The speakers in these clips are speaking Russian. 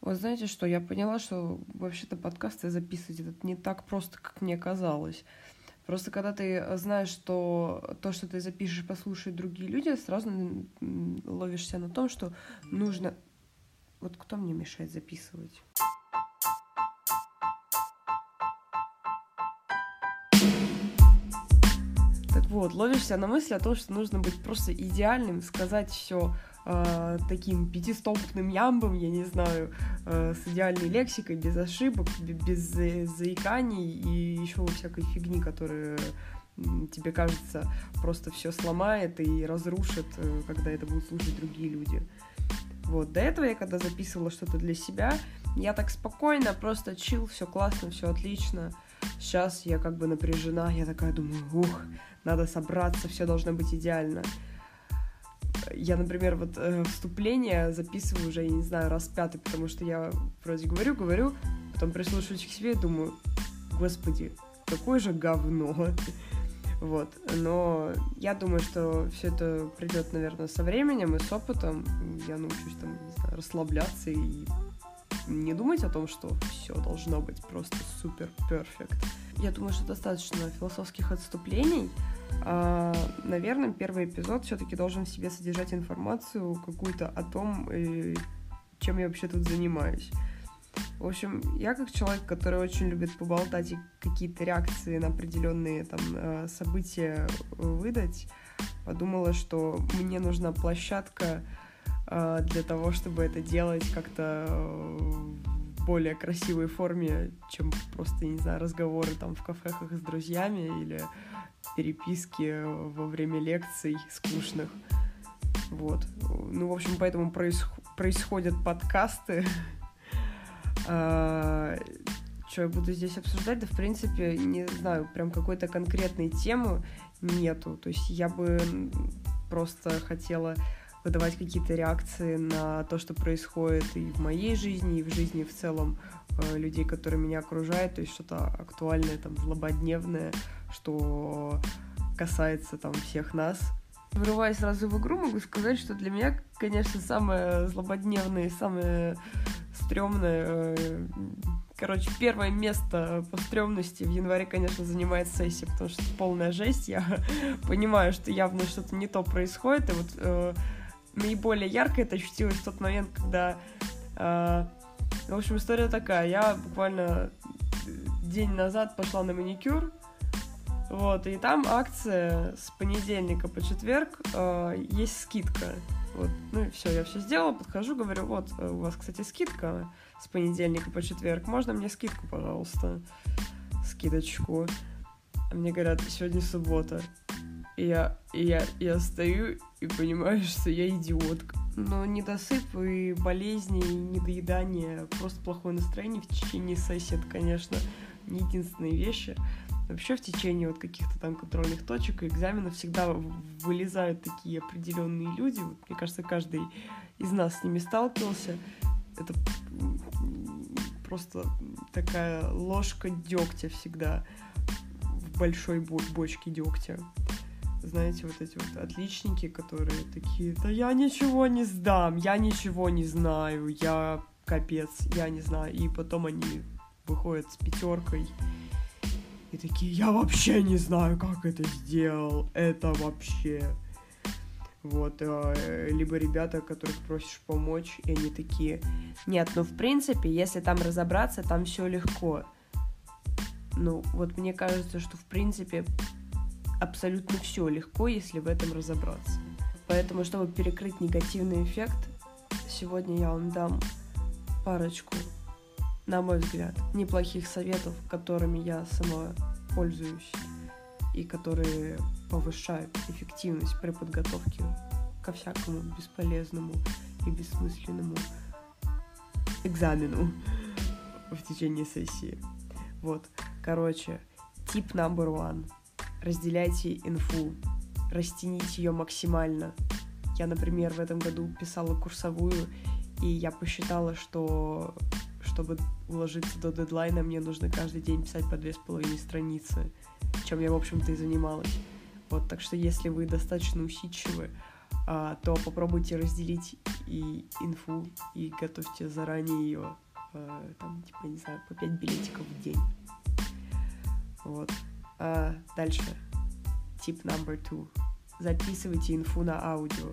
Вот знаете что, я поняла, что вообще-то подкасты записывать это не так просто, как мне казалось. Просто когда ты знаешь, что то, что ты запишешь, послушают другие люди, сразу ловишься на том, что нужно... Вот кто мне мешает записывать? Так вот, ловишься на мысли о том, что нужно быть просто идеальным, сказать все таким пятистолбным ямбом, я не знаю, с идеальной лексикой, без ошибок, без заиканий и еще всякой фигни, которая тебе кажется просто все сломает и разрушит, когда это будут слушать другие люди. Вот, до этого я когда записывала что-то для себя, я так спокойно, просто чил, все классно, все отлично. Сейчас я как бы напряжена, я такая думаю, надо собраться, все должно быть идеально. Я, например, вот вступление записываю уже, я не знаю, раз 5, потому что я вроде говорю, потом прислушиваюсь к себе и думаю, господи, какое же говно. Вот, но я думаю, что все это придет, наверное, со временем и с опытом. Я научусь там, не знаю, расслабляться и не думать о том, что все должно быть просто супер перфект. Я думаю, что достаточно философских отступлений. Наверное, первый эпизод все-таки должен в себе содержать информацию какую-то о том, чем я вообще тут занимаюсь. В общем, я как человек, который очень любит поболтать и какие-то реакции на определенные там события выдать, подумала, что мне нужна площадка для того, чтобы это делать как-то в более красивой форме, чем просто, не знаю, разговоры там в кафехах с друзьями или переписки во время лекций скучных. Вот. Ну, в общем, поэтому происходят подкасты. Что я буду здесь обсуждать? Да, в принципе, не знаю, прям какой-то конкретной темы нету. То есть я бы просто хотела выдавать какие-то реакции на то, что происходит и в моей жизни, и в жизни в целом людей, которые меня окружают. То есть что-то актуальное, там, злободневное, что касается там всех нас. Врываясь сразу в игру, могу сказать, что для меня, конечно, самое злободневное и самое стрёмное... Короче, первое место по стрёмности в январе, конечно, занимает сессия, потому что это полная жесть. Я понимаю, что явно что-то не то происходит. И вот наиболее ярко это ощутилось в тот момент, когда... в общем, история такая. Я буквально день назад пошла на маникюр. Вот, и там акция с понедельника по четверг, есть скидка. Вот, ну и все, я все сделала, подхожу, говорю, вот, у вас, кстати, скидка с понедельника по четверг, можно мне скидку, пожалуйста, скидочку? А мне говорят, сегодня суббота. И я стою и понимаю, что я идиотка. Но недосып и болезни, и недоедание, просто плохое настроение в течение сессии, это, конечно, не единственные вещи. Вообще в течение вот каких-то там контрольных точек и экзаменов всегда вылезают такие определенные люди. Вот, мне кажется, каждый из нас с ними сталкивался. Это просто такая ложка дегтя всегда в большой бочке дегтя. Знаете, вот эти вот отличники, которые такие, да я ничего не сдам, я ничего не знаю, я капец, я не знаю. И потом они выходят с 5 и такие, я вообще не знаю, как это сделал, это вообще. Вот, либо ребята, которых просишь помочь, и они такие, нет, ну в принципе, если там разобраться, там все легко. Ну, вот мне кажется, что в принципе абсолютно все легко, если в этом разобраться. Поэтому, чтобы перекрыть негативный эффект, сегодня я вам дам парочку, на мой взгляд, неплохих советов, которыми я сама пользуюсь и которые повышают эффективность при подготовке ко всякому бесполезному и бессмысленному экзамену в течение сессии. Вот, короче, тип number one. Разделяйте инфу, растяните ее максимально. Я, например, в этом году писала курсовую, и я посчитала, что чтобы уложиться до дедлайна, мне нужно каждый день писать по 2,5 страницы, чем я, в общем-то, и занималась. Вот, так что если вы достаточно усидчивы, то попробуйте разделить и инфу, и готовьте заранее ее, там, типа, не знаю, по 5 билетиков в день. Вот. Дальше. Tip number 2. Записывайте инфу на аудио,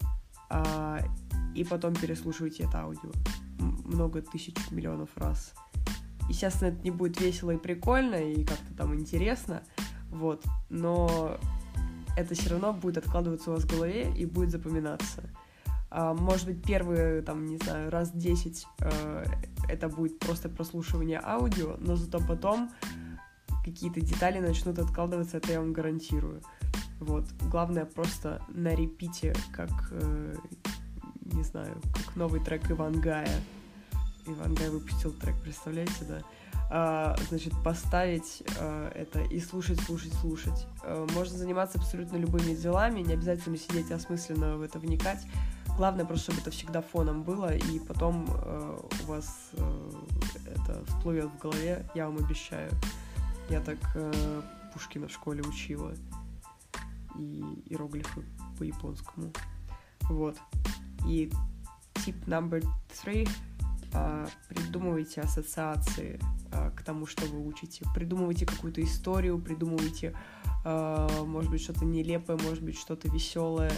и потом переслушивайте это аудио много тысяч, миллионов раз. Естественно, это не будет весело и прикольно, и как-то там интересно, вот, но это все равно будет откладываться у вас в голове и будет запоминаться. Может быть, первые, там, не знаю, раз 10 это будет просто прослушивание аудио, но зато потом какие-то детали начнут откладываться, это я вам гарантирую. Вот. Главное просто на репите, как, не знаю, как новый трек Ивангая. Ивангай выпустил трек, представляете, да? Значит, поставить это и слушать. Можно заниматься абсолютно любыми делами, не обязательно сидеть осмысленно в это вникать. Главное просто, чтобы это всегда фоном было, и потом у вас это всплывет в голове, я вам обещаю. Я так Пушкина в школе учила. И иероглифы по-японскому. Вот. И tip number 3. Придумывайте ассоциации к тому, что вы учите. Придумывайте какую-то историю, придумывайте, может быть, что-то нелепое, может быть, что-то веселое,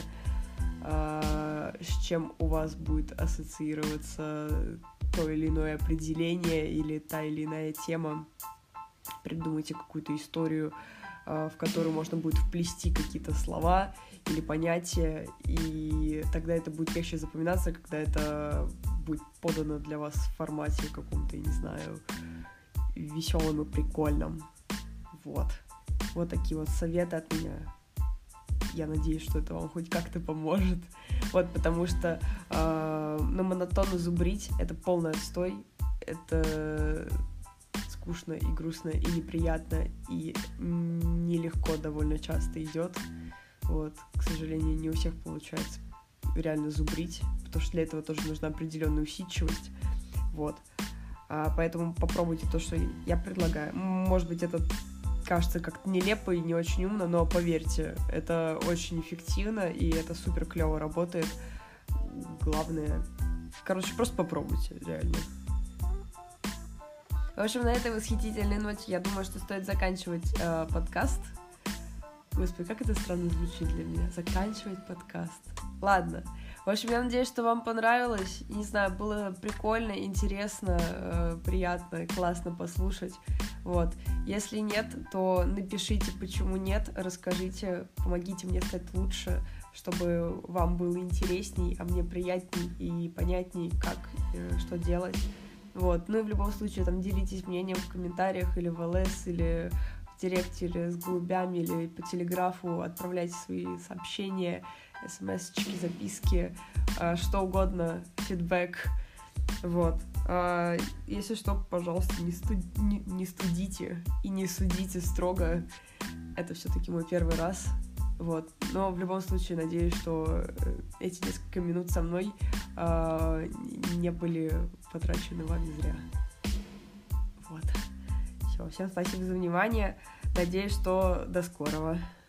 с чем у вас будет ассоциироваться то или иное определение или та или иная тема. Придумайте какую-то историю, в которую можно будет вплести какие-то слова или понятия, и тогда это будет легче запоминаться, когда это будет подано для вас в формате каком-то, я не знаю, веселым и прикольным. Вот. Вот такие вот советы от меня. Я надеюсь, что это вам хоть как-то поможет. Вот, потому что монотонно зубрить — это полный отстой. Это скучно и грустно, и неприятно, и нелегко довольно часто идет. Вот, к сожалению, не у всех получается реально зубрить, потому что для этого тоже нужна определенная усидчивость. Вот. Поэтому попробуйте то, что я предлагаю. Может быть, это кажется как-то нелепо и не очень умно, но поверьте, это очень эффективно, и это супер клево работает. Главное, просто попробуйте, реально. В общем, на этой восхитительной ноте я думаю, что стоит заканчивать подкаст. Господи, как это странно звучит для меня. Заканчивать подкаст. Ладно. В общем, я надеюсь, что вам понравилось. Не знаю, было прикольно, интересно, приятно, классно послушать. Вот. Если нет, то напишите, почему нет, расскажите, помогите мне стать лучше, чтобы вам было интересней, а мне приятней и понятней, как, что делать. Вот. Ну и в любом случае, там, делитесь мнением в комментариях или в ЛС, или в директе, или с голубями, или по телеграфу, отправляйте свои сообщения, смс-очки, записки, что угодно, фидбэк. Вот. Если что, пожалуйста, не студите и не судите строго. Это все-таки мой первый раз. Вот. Но в любом случае, надеюсь, что эти несколько минут со мной не были потрачены вами зря. Вот. Все. Всем спасибо за внимание. Надеюсь, что до скорого.